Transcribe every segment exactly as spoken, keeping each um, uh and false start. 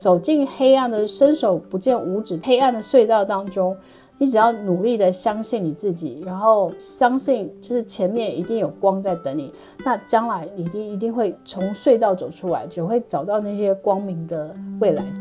走进黑暗的伸手不见五指黑暗的隧道当中，你只要努力的相信你自己，然后相信就是前面一定有光在等你，那将来你一定一定会从隧道走出来，就会找到那些光明的未来。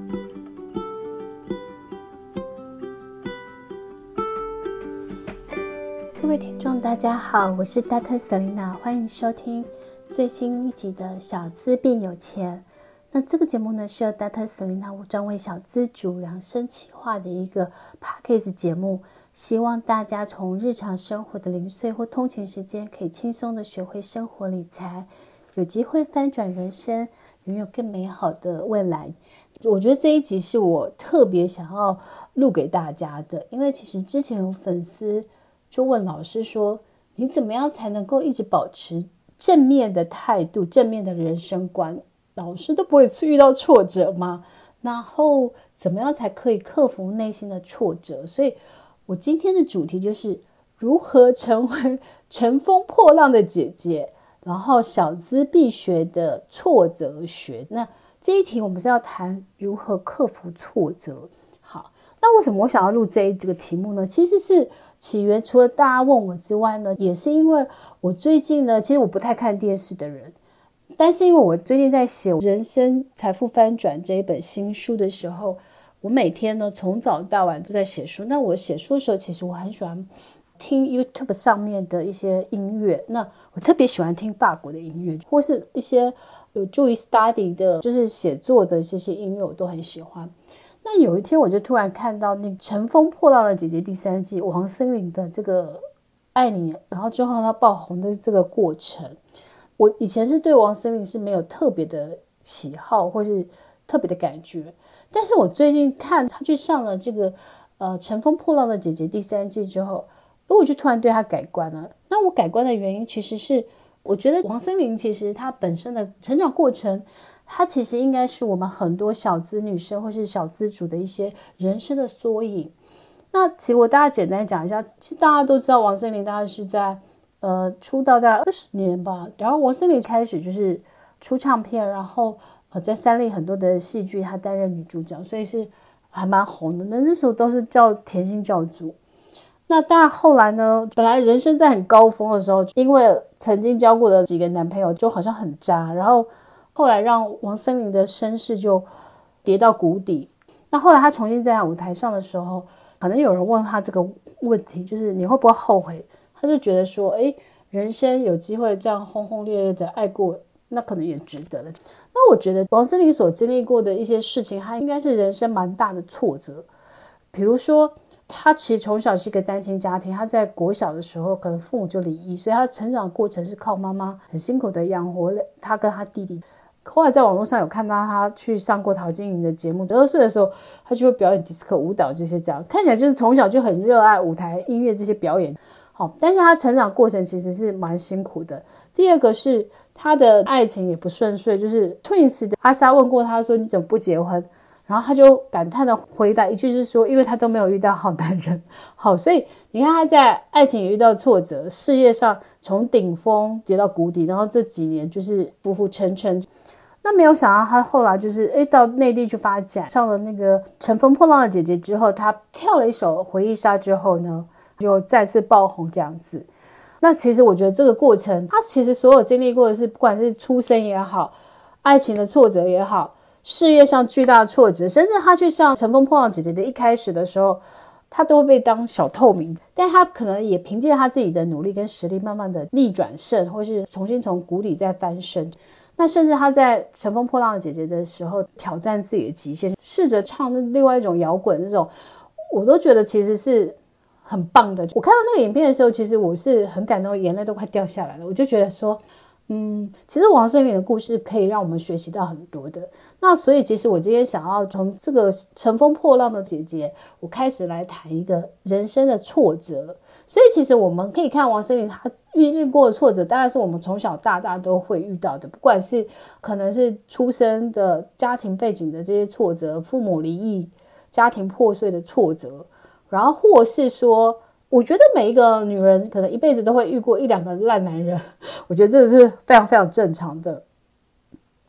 各位听众大家好，我是 Doctor Selena， 欢迎收听最新一集的小资变有钱。那这个节目呢是由 Doctor Selena 我专为小资主量身企划的一个 Podcast 节目，希望大家从日常生活的零碎或通勤时间可以轻松的学会生活理财，有机会翻转人生，拥有更美好的未来。我觉得这一集是我特别想要录给大家的，因为其实之前有粉丝就问老师说，你怎么样才能够一直保持正面的态度，正面的人生观？老师都不会遇到挫折吗？然后怎么样才可以克服内心的挫折？所以我今天的主题就是如何成为乘风破浪的姐姐，然后小资必学的挫折学。那这一题我们是要谈如何克服挫折。好，那为什么我想要录这一这个题目呢？其实是起源除了大家问我之外呢，也是因为我最近呢，其实我不太看电视的人，但是因为我最近在写《人生财富翻转》这一本新书的时候，我每天呢从早到晚都在写书。那我写书的时候，其实我很喜欢听 YouTube 上面的一些音乐，那我特别喜欢听法国的音乐，或是一些有助于 study 的，就是写作的这些音乐，我都很喜欢。那有一天我就突然看到那《乘风破浪的姐姐》第三季王心凌的这个爱你，然后之后她爆红的这个过程。我以前是对王心凌是没有特别的喜好或是特别的感觉，但是我最近看她去上了这个呃《乘风破浪的姐姐》第三季之后，我就突然对她改观了。那我改观的原因其实是我觉得王心凌其实她本身的成长过程，她其实应该是我们很多小资女生或是小资主的一些人生的缩影。那其实我大家简单讲一下，其实大家都知道王心凌大概是在呃，出道大概二十年吧，然后王心凌开始就是出唱片，然后呃，在三立很多的戏剧她担任女主角，所以是还蛮红的。那那时候都是叫甜心教主。那当然后来呢，本来人生在很高峰的时候，因为曾经交过的几个男朋友就好像很渣，然后后来让王心凌的身世就跌到谷底。那后来她重新在舞台上的时候，可能有人问她这个问题，就是你会不会后悔？他就觉得说，诶，人生有机会这样轰轰烈烈的爱过，那可能也值得了。那我觉得王心凌所经历过的一些事情，她应该是人生蛮大的挫折。比如说，她其实从小是一个单亲家庭，她在国小的时候可能父母就离异，所以她成长过程是靠妈妈很辛苦的养活她跟她弟弟。后来在网络上有看到她去上过陶晶莹的节目，十二岁的时候她就会表演迪斯科舞蹈这些，这样看起来就是从小就很热爱舞台音乐这些表演。好，但是他成长过程其实是蛮辛苦的。第二个是他的爱情也不顺遂，就是 Twins 的阿莎问过他说你怎么不结婚，然后他就感叹的回答一句是说因为他都没有遇到好男人。好，所以你看他在爱情也遇到挫折，事业上从顶峰跌到谷底，然后这几年就是浮浮沉沉。那没有想到他后来就是诶到内地去发展，上了那个乘风破浪的姐姐之后，他跳了一首回忆杀之后呢就再次爆红这样子。那其实我觉得这个过程他其实所有经历过的是不管是出生也好，爱情的挫折也好，事业上巨大的挫折，甚至他去上乘风破浪姐姐的一开始的时候他都会被当小透明，但他可能也凭借他自己的努力跟实力慢慢的逆转胜，或是重新从谷底再翻身。那甚至他在乘风破浪的姐姐的时候挑战自己的极限，试着唱另外一种摇滚，那种我都觉得其实是很棒的。我看到那个影片的时候，其实我是很感动，眼泪都快掉下来了。我就觉得说嗯，其实王心凌的故事可以让我们学习到很多的。那所以其实我今天想要从这个乘风破浪的姐姐，我开始来谈一个人生的挫折。所以其实我们可以看王心凌她遇过的挫折，当然是我们从小到大都会遇到的，不管是可能是出生的家庭背景的这些挫折，父母离异家庭破碎的挫折，然后或是说我觉得每一个女人可能一辈子都会遇过一两个烂男人，我觉得这是非常非常正常的。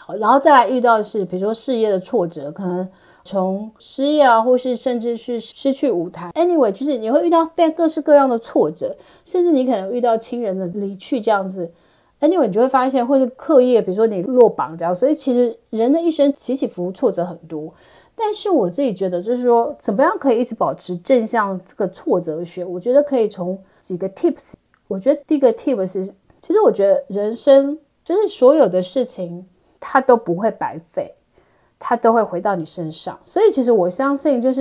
好，然后再来遇到的是比如说事业的挫折，可能从失业啊，或是甚至是失去舞台 anyway 就是你会遇到各式各样的挫折，甚至你可能遇到亲人的离去这样子。anyway 你就会发现，或是课业比如说你落榜这样，所以其实人的一生起起伏伏挫折很多。但是我自己觉得就是说怎么样可以一直保持正向这个挫折学，我觉得可以从几个 tips。 我觉得第一个 tip 是，其实我觉得人生就是所有的事情它都不会白费，它都会回到你身上。所以其实我相信就是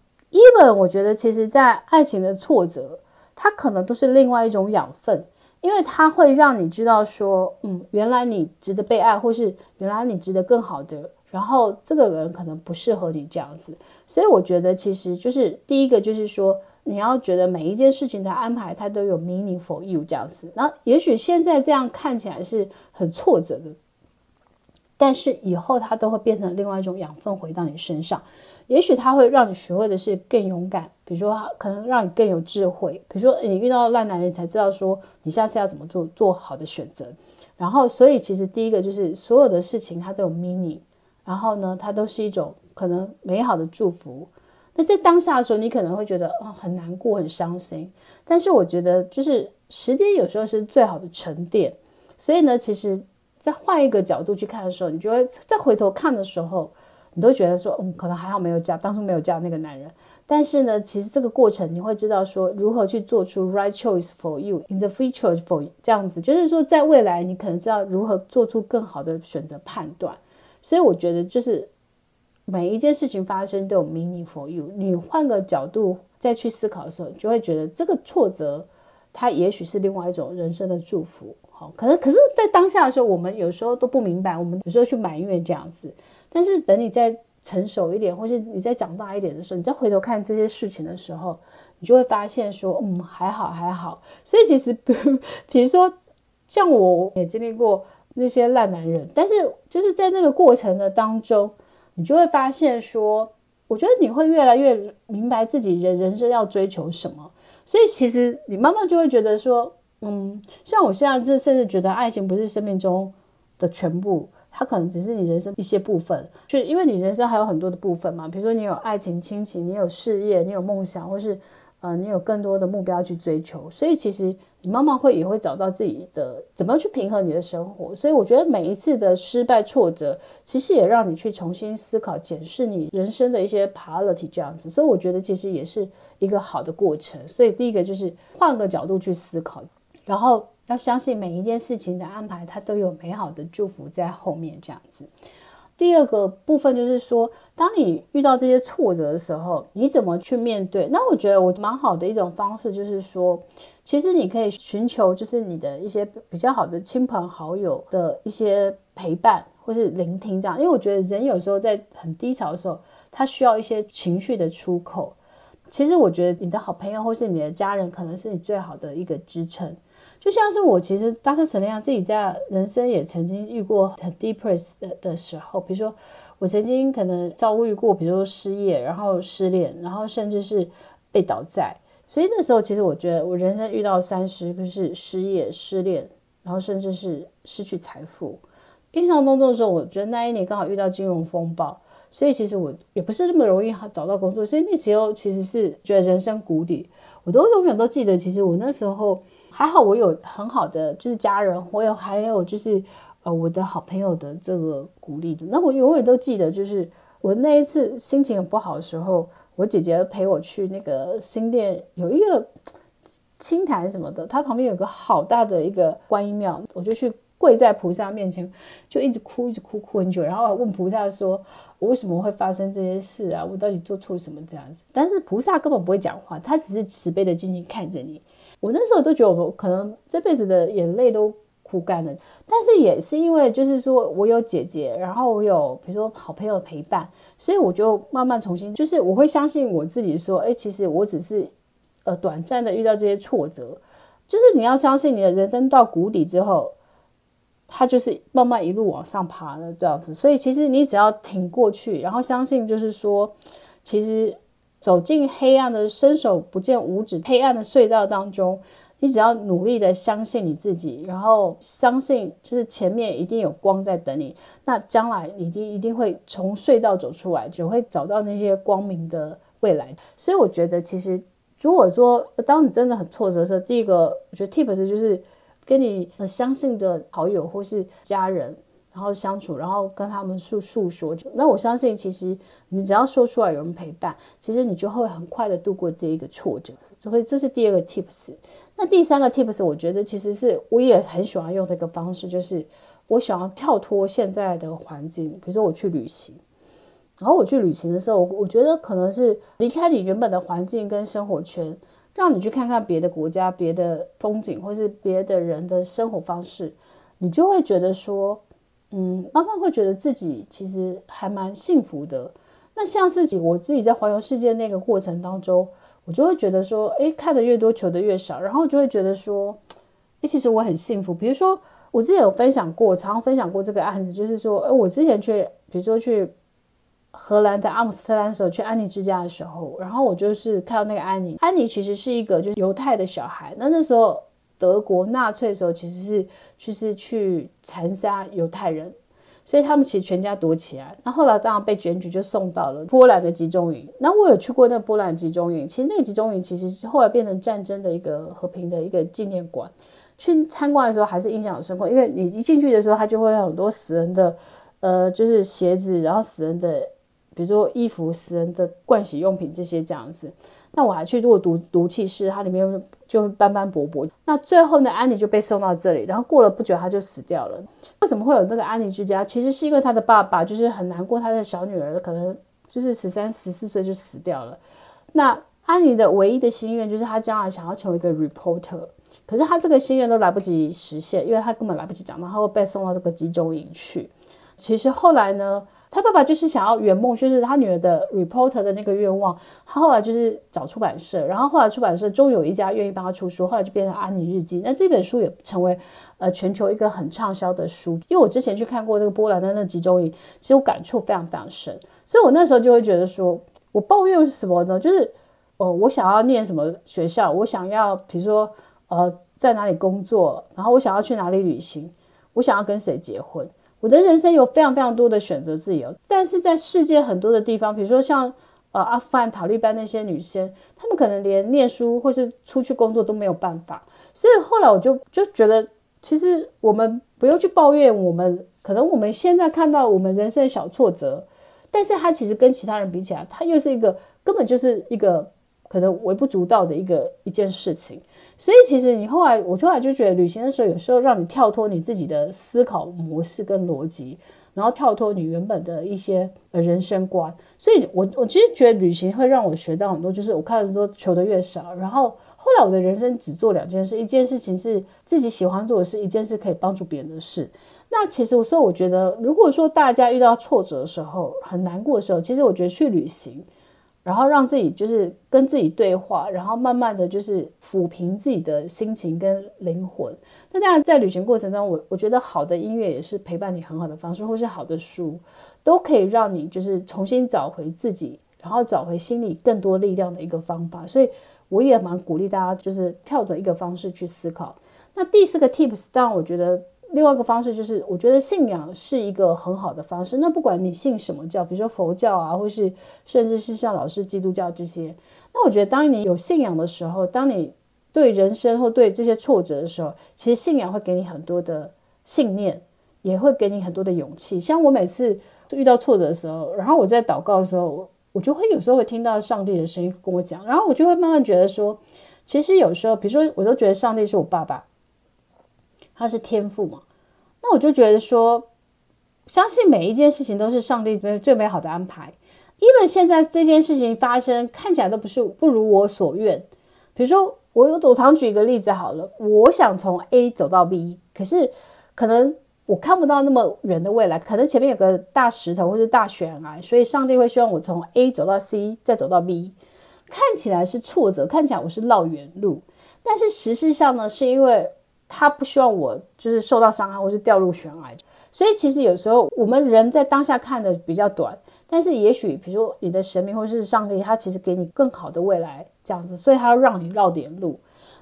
even 我觉得其实在爱情的挫折它可能都是另外一种养分，因为它会让你知道说嗯，原来你值得被爱，或是原来你值得更好的，然后这个人可能不适合你这样子。所以我觉得其实就是第一个就是说你要觉得每一件事情的安排它都有 meaning for you 这样子。那也许现在这样看起来是很挫折的，但是以后它都会变成另外一种养分回到你身上。也许它会让你学会的是更勇敢，比如说可能让你更有智慧，比如说你遇到烂男人才知道说你下次要怎么做做好的选择。然后所以其实第一个就是所有的事情它都有 meaning， 然后呢它都是一种可能美好的祝福。那在当下的时候你可能会觉得、哦、很难过很伤心，但是我觉得就是时间有时候是最好的沉淀。所以呢其实再换一个角度去看的时候，你就会再回头看的时候你都觉得说嗯，可能还好没有嫁，当初没有嫁那个男人。但是呢其实这个过程你会知道说如何去做出 right choice for you in the future for you， 这样子就是说在未来你可能知道如何做出更好的选择判断。所以我觉得就是每一件事情发生都有 meaning for you， 你换个角度再去思考的时候，你就会觉得这个挫折它也许是另外一种人生的祝福。好，可是可是在当下的时候我们有时候都不明白，我们有时候去埋怨这样子。但是等你再成熟一点，或是你再长大一点的时候，你再回头看这些事情的时候，你就会发现说嗯，还好还好。所以其实比如说像我也经历过那些烂男人，但是就是在那个过程的当中你就会发现说我觉得你会越来越明白自己人人生要追求什么。所以其实你慢慢就会觉得说嗯，像我现在甚至觉得爱情不是生命中的全部，它可能只是你人生一些部分，就因为你人生还有很多的部分嘛，比如说你有爱情亲情，你有事业，你有梦想，或是呃你有更多的目标去追求。所以其实你慢慢会也会找到自己的怎么去平衡你的生活。所以我觉得每一次的失败挫折其实也让你去重新思考检视你人生的一些 priority 这样子。所以我觉得其实也是一个好的过程。所以第一个就是换个角度去思考，然后要相信每一件事情的安排它都有美好的祝福在后面这样子。第二个部分就是说当你遇到这些挫折的时候你怎么去面对。那我觉得我蛮好的一种方式就是说其实你可以寻求就是你的一些比较好的亲朋好友的一些陪伴或是聆听这样。因为我觉得人有时候在很低潮的时候他需要一些情绪的出口。其实我觉得你的好朋友或是你的家人可能是你最好的一个支撑。就像是我其实 Doctor Selena 自己在人生也曾经遇过很 depressed 的, 的时候，比如说我曾经可能遭遇过比如说失业，然后失恋，然后甚至是被倒债。所以那时候其实我觉得我人生遇到三失，就是失业失恋，然后甚至是失去财富。印象当中的时候我觉得那一年刚好遇到金融风暴，所以其实我也不是那么容易找到工作，所以那时候其实是觉得人生谷底。我都永远都记得其实我那时候还好我有很好的就是家人，我有还有就是呃我的好朋友的这个鼓励的。那我永远都记得就是我那一次心情很不好的时候，我姐姐陪我去那个新店有一个清潭什么的，它旁边有个好大的一个观音庙，我就去跪在菩萨面前就一直哭一直哭哭很久，然后问菩萨说我为什么会发生这些事啊，我到底做错什么这样子。但是菩萨根本不会讲话，他只是慈悲的静静看着你。我那时候都觉得我可能这辈子的眼泪都哭干了，但是也是因为就是说我有姐姐，然后我有比如说好朋友陪伴，所以我就慢慢重新就是我会相信我自己说哎，其实我只是呃短暂的遇到这些挫折，就是你要相信你的人生到谷底之后它就是慢慢一路往上爬的这样子。所以其实你只要挺过去，然后相信就是说其实走进黑暗的伸手不见五指黑暗的隧道当中， 你只要努力的相信你自己，然后相信就是前面一定有光在等你，那将来你一定会从隧道走出来，就会找到那些光明的未来。所以我觉得其实如果说当你真的很挫折的时候，第一个我觉得 tips 就是跟你相信的好友或是家人然后相处，然后跟他们诉诉说，那我相信其实你只要说出来有人陪伴，其实你就会很快的度过这一个挫折。所以这是第二个 tips。 那第三个 tips 我觉得其实是我也很喜欢用的一个方式，就是我想要跳脱现在的环境，比如说我去旅行，然后我去旅行的时候，我觉得可能是离开你原本的环境跟生活圈，让你去看看别的国家别的风景或是别的人的生活方式，你就会觉得说嗯，慢慢会觉得自己其实还蛮幸福的。那像是我自己在环游世界那个过程当中，我就会觉得说诶，看得越多求得越少，然后就会觉得说诶，其实我很幸福。比如说我之前有分享过常常分享过这个案子，就是说诶，我之前去比如说去荷兰的阿姆斯特丹的时候，去安妮之家的时候，然后我就是看到那个安妮安妮其实是一个就是犹太的小孩，那那时候德国纳粹的时候其实是就是去残杀犹太人，所以他们其实全家躲起来，那后来当然被检举就送到了波兰的集中营。那我有去过那个波兰集中营，其实那个集中营其实后来变成战争的一个和平的一个纪念馆，去参观的时候还是印象很深刻，因为你一进去的时候它就会有很多死人的呃，就是鞋子，然后死人的比如说衣服，死人的盥洗用品这些这样子。那我还去过毒毒气室，它里面就斑斑驳驳。那最后呢，安妮就被送到这里，然后过了不久她就死掉了。为什么会有那个安妮之家？其实是因为她的爸爸就是很难过，他的小女儿可能就是十三十四岁就死掉了。那安妮的唯一的心愿就是她将来想要成为一个 reporter， 可是她这个心愿都来不及实现，因为她根本来不及长大，她会被送到这个集中营去。其实后来呢，他爸爸就是想要圆梦，就是他女儿的 reporter 的那个愿望，他后来就是找出版社，然后后来出版社终于有一家愿意帮他出书，后来就变成安妮日记。那这本书也成为呃全球一个很畅销的书。因为我之前去看过那个波兰的那个集中营，其实我感触非常非常深，所以我那时候就会觉得说，我抱怨什么呢？就是呃我想要念什么学校，我想要比如说呃在哪里工作，然后我想要去哪里旅行，我想要跟谁结婚。我的人生有非常非常多的选择自由，但是在世界很多的地方，比如说像呃阿富汗塔利班那些女生，她们可能连念书或是出去工作都没有办法。所以后来我就就觉得，其实我们不用去抱怨我们可能我们现在看到我们人生的小挫折，但是它其实跟其他人比起来，它又是一个根本就是一个可能微不足道的一个一件事情。所以其实你后来我后来就觉得，旅行的时候有时候让你跳脱你自己的思考模式跟逻辑，然后跳脱你原本的一些人生观。所以我我其实觉得旅行会让我学到很多，就是我看很多求得越少，然后后来我的人生只做两件事，一件事情是自己喜欢做的事，一件事可以帮助别人的事。那其实所以我觉得，如果说大家遇到挫折的时候很难过的时候，其实我觉得去旅行，然后让自己就是跟自己对话，然后慢慢的就是抚平自己的心情跟灵魂。那当然在旅行过程中，我我觉得好的音乐也是陪伴你很好的方式，或是好的书都可以让你就是重新找回自己，然后找回心里更多力量的一个方法。所以我也蛮鼓励大家就是跳着一个方式去思考。那第四个 tips 当然我觉得另外一个方式就是，我觉得信仰是一个很好的方式。那不管你信什么教，比如说佛教啊，或是甚至是像老师基督教这些，那我觉得当你有信仰的时候，当你对人生或对这些挫折的时候，其实信仰会给你很多的信念，也会给你很多的勇气。像我每次遇到挫折的时候，然后我在祷告的时候，我就会有时候会听到上帝的声音跟我讲，然后我就会慢慢觉得说，其实有时候比如说我都觉得上帝是我爸爸，他是天父嘛，那我就觉得说，相信每一件事情都是上帝最美好的安排。even 现在这件事情发生看起来都不是不如我所愿，比如说我我常举一个例子好了，我想从 A 走到 B， 可是可能我看不到那么远的未来，可能前面有个大石头或是大悬崖，所以上帝会希望我从 A 走到 C 再走到 B， 看起来是挫折，看起来我是绕远路，但是实际上呢，是因为他不希望我就是受到伤害或是掉入悬崖。所以其实有时候我们人在当下看的比较短，但是也许比如说你的神明或是上帝，他其实给你更好的未来这样子，所以他要让你绕点路。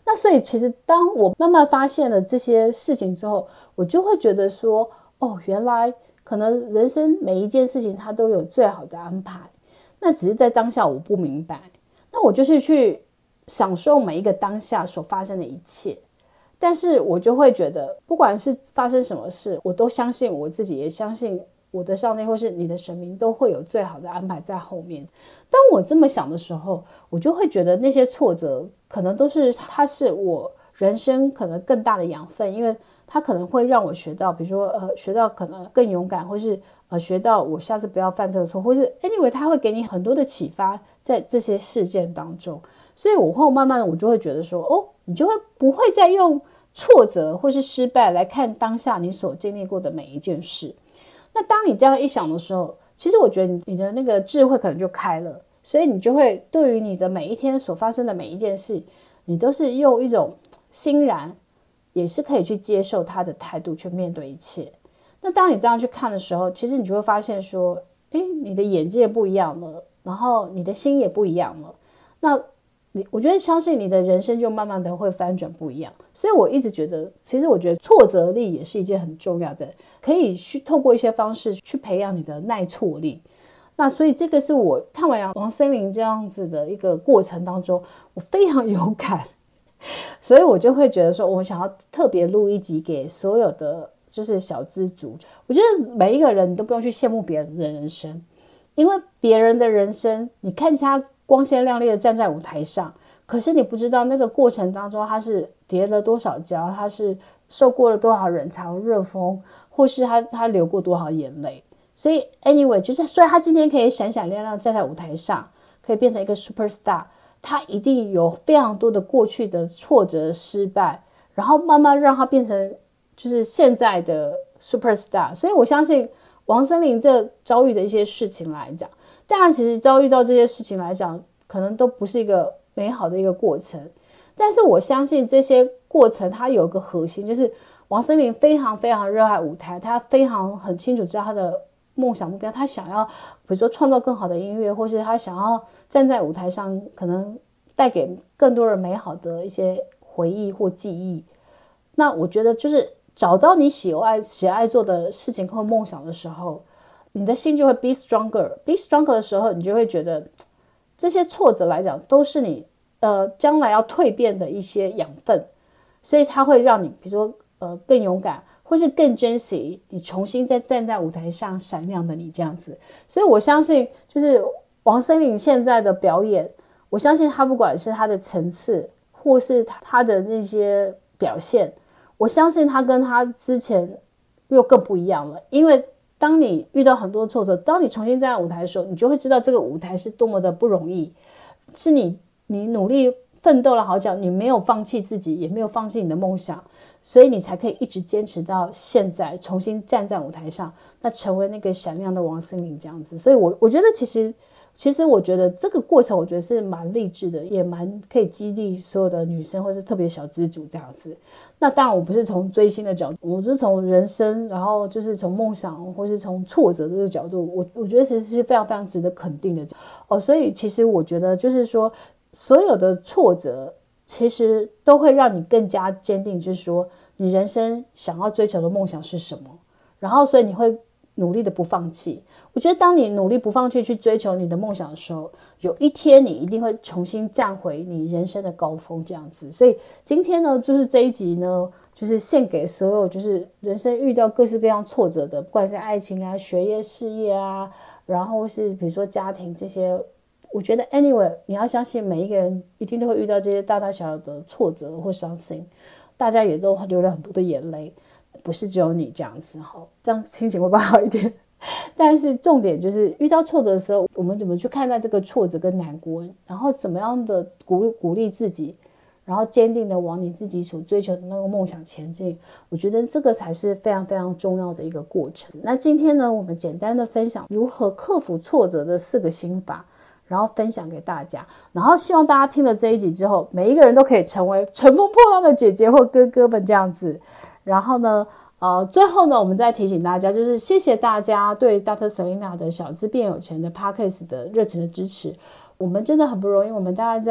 那所以其实当我慢慢发现了这些事情之后，我就会觉得说，哦，原来可能人生每一件事情它都有最好的安排，那只是在当下我不明白，那我就是去享受每一个当下所发生的一切。但是我就会觉得不管是发生什么事，我都相信我自己，也相信我的上帝或是你的神明都会有最好的安排在后面。当我这么想的时候，我就会觉得那些挫折可能都是它是我人生可能更大的养分，因为它可能会让我学到，比如说呃，学到可能更勇敢，或是呃，学到我下次不要犯这个错，或是 anyway 它会给你很多的启发在这些事件当中。所以我后慢慢的我就会觉得说，哦，你就会不会再用挫折或是失败来看当下你所经历过的每一件事。那当你这样一想的时候，其实我觉得你的那个智慧可能就开了，所以你就会对于你的每一天所发生的每一件事，你都是用一种欣然也是可以去接受它的态度去面对一切。那当你这样去看的时候，其实你就会发现说，诶，你的眼界不一样了，然后你的心也不一样了，那你我觉得相信你的人生就慢慢的会翻转不一样。所以我一直觉得，其实我觉得挫折力也是一件很重要的，可以去透过一些方式去培养你的耐挫力。那所以这个是我看完王森林这样子的一个过程当中，我非常有感，所以我就会觉得说，我想要特别录一集给所有的就是小资族。我觉得每一个人都不用去羡慕别人的人生，因为别人的人生你看起他光鲜亮丽的站在舞台上，可是你不知道那个过程当中他是跌了多少跤，他是受过了多少冷嘲热讽，或是他他流过多少眼泪。所以 anyway 就是所以他今天可以闪闪亮亮站在舞台上，可以变成一个 superstar， 他一定有非常多的过去的挫折失败，然后慢慢让他变成就是现在的 superstar。 所以我相信王森林这遭遇的一些事情来讲，当然其实遭遇到这些事情来讲可能都不是一个美好的一个过程，但是我相信这些过程它有一个核心，就是王森林非常非常热爱舞台，他非常很清楚知道他的梦想目标，他想要比如说创造更好的音乐，或是他想要站在舞台上可能带给更多人美好的一些回忆或记忆。那我觉得就是找到你喜爱喜爱做的事情或梦想的时候，你的心就会 be stronger be stronger 的时候，你就会觉得这些挫折来讲都是你呃将来要蜕变的一些养分，所以它会让你比如说呃更勇敢，或是更珍惜你重新再站在舞台上闪亮的你这样子。所以我相信就是王森林现在的表演，我相信他不管是他的层次或是他的那些表现，我相信他跟他之前又更不一样了。因为当你遇到很多挫折，当你重新站在舞台的时候，你就会知道这个舞台是多么的不容易，是你你努力奋斗了好久，你没有放弃自己，也没有放弃你的梦想，所以你才可以一直坚持到现在，重新站在舞台上，那成为那个闪亮的王森林这样子。所以我我觉得其实其实我觉得这个过程我觉得是蛮励志的，也蛮可以激励所有的女生或是特别小资族这样子。那当然我不是从追星的角度，我是从人生，然后就是从梦想或是从挫折这个角度，我我觉得其实是非常非常值得肯定的哦。所以其实我觉得就是说所有的挫折其实都会让你更加坚定，就是说你人生想要追求的梦想是什么，然后所以你会努力的不放弃。我觉得当你努力不放弃去追求你的梦想的时候，有一天你一定会重新站回你人生的高峰这样子。所以今天呢就是这一集呢就是献给所有就是人生遇到各式各样挫折的，不管是爱情啊、学业、事业啊，然后是比如说家庭这些，我觉得 anyway 你要相信每一个人一定都会遇到这些大大小小的挫折或伤心，大家也都流了很多的眼泪，不是只有你这样子，这样心情会不会好一点？但是重点就是遇到挫折的时候，我们怎么去看待这个挫折跟难过，然后怎么样的鼓鼓励自己，然后坚定的往你自己所追求的那个梦想前进。我觉得这个才是非常非常重要的一个过程。那今天呢，我们简单的分享如何克服挫折的四个心法，然后分享给大家，然后希望大家听了这一集之后，每一个人都可以成为乘风破浪的姐姐或哥哥们这样子。然后呢呃，最后呢我们再提醒大家，就是谢谢大家对 Doctor Selena 的小资变有钱的 Podcast 的热情的支持。我们真的很不容易，我们大概在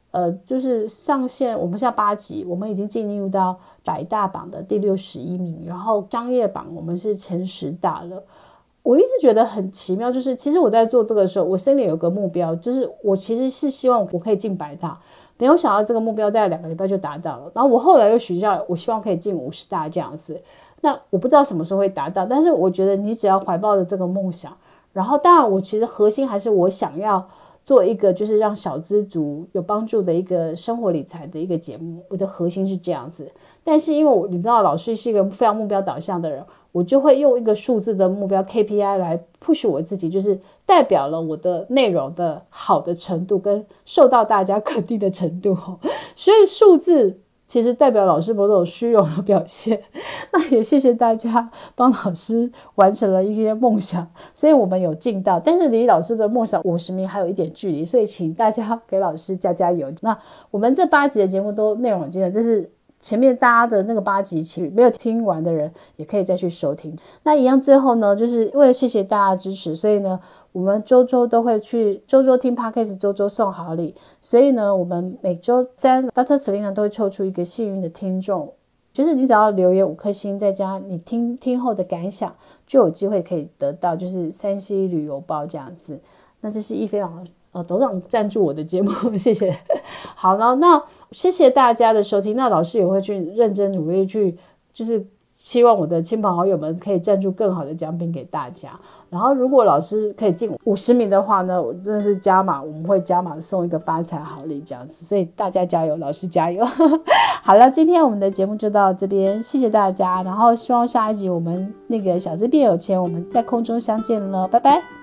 呃，就是上线，我们现在八集，我们已经进入到百大榜的第六十一名，然后商业榜我们是前十大了。我一直觉得很奇妙，就是其实我在做这个的时候，我心里有个目标，就是我其实是希望我可以进百大，没有想到这个目标在两个礼拜就达到了。然后我后来又许下，我希望可以进五十大这样子。那我不知道什么时候会达到，但是我觉得你只要怀抱着这个梦想，然后当然我其实核心还是我想要做一个就是让小资族有帮助的一个生活理财的一个节目，我的核心是这样子。但是因为我你知道老师是一个非常目标导向的人，我就会用一个数字的目标 K P I 来 push 我自己，就是代表了我的内容的好的程度跟受到大家肯定的程度。所以数字其实代表老师某种虚荣的表现。那也谢谢大家帮老师完成了一些梦想，所以我们有进到，但是离老师的梦想五十名还有一点距离，所以请大家给老师加加油。那我们这八集的节目都内容很精彩，这是前面大家的那个八集其实没有听完的人也可以再去收听。那一样最后呢，就是为了谢谢大家的支持，所以呢我们周周都会去周周听 Podcast， 周周送好礼。所以呢我们每周三 Doctor Selena 都会抽出一个幸运的听众，就是你只要留言五颗星再加你听听后的感想，就有机会可以得到就是三 C 旅游包这样子。那这是一非常呃董事长赞助我的节目，谢谢。好了，那谢谢大家的收听。那老师也会去认真努力去，就是希望我的亲朋好友们可以赞助更好的奖品给大家。然后如果老师可以进五十名的话呢，我真的是加码，我们会加码送一个发财好礼这样子。所以大家加油，老师加油。好了，今天我们的节目就到这边，谢谢大家。然后希望下一集我们那个小资变有钱，我们在空中相见了，拜拜。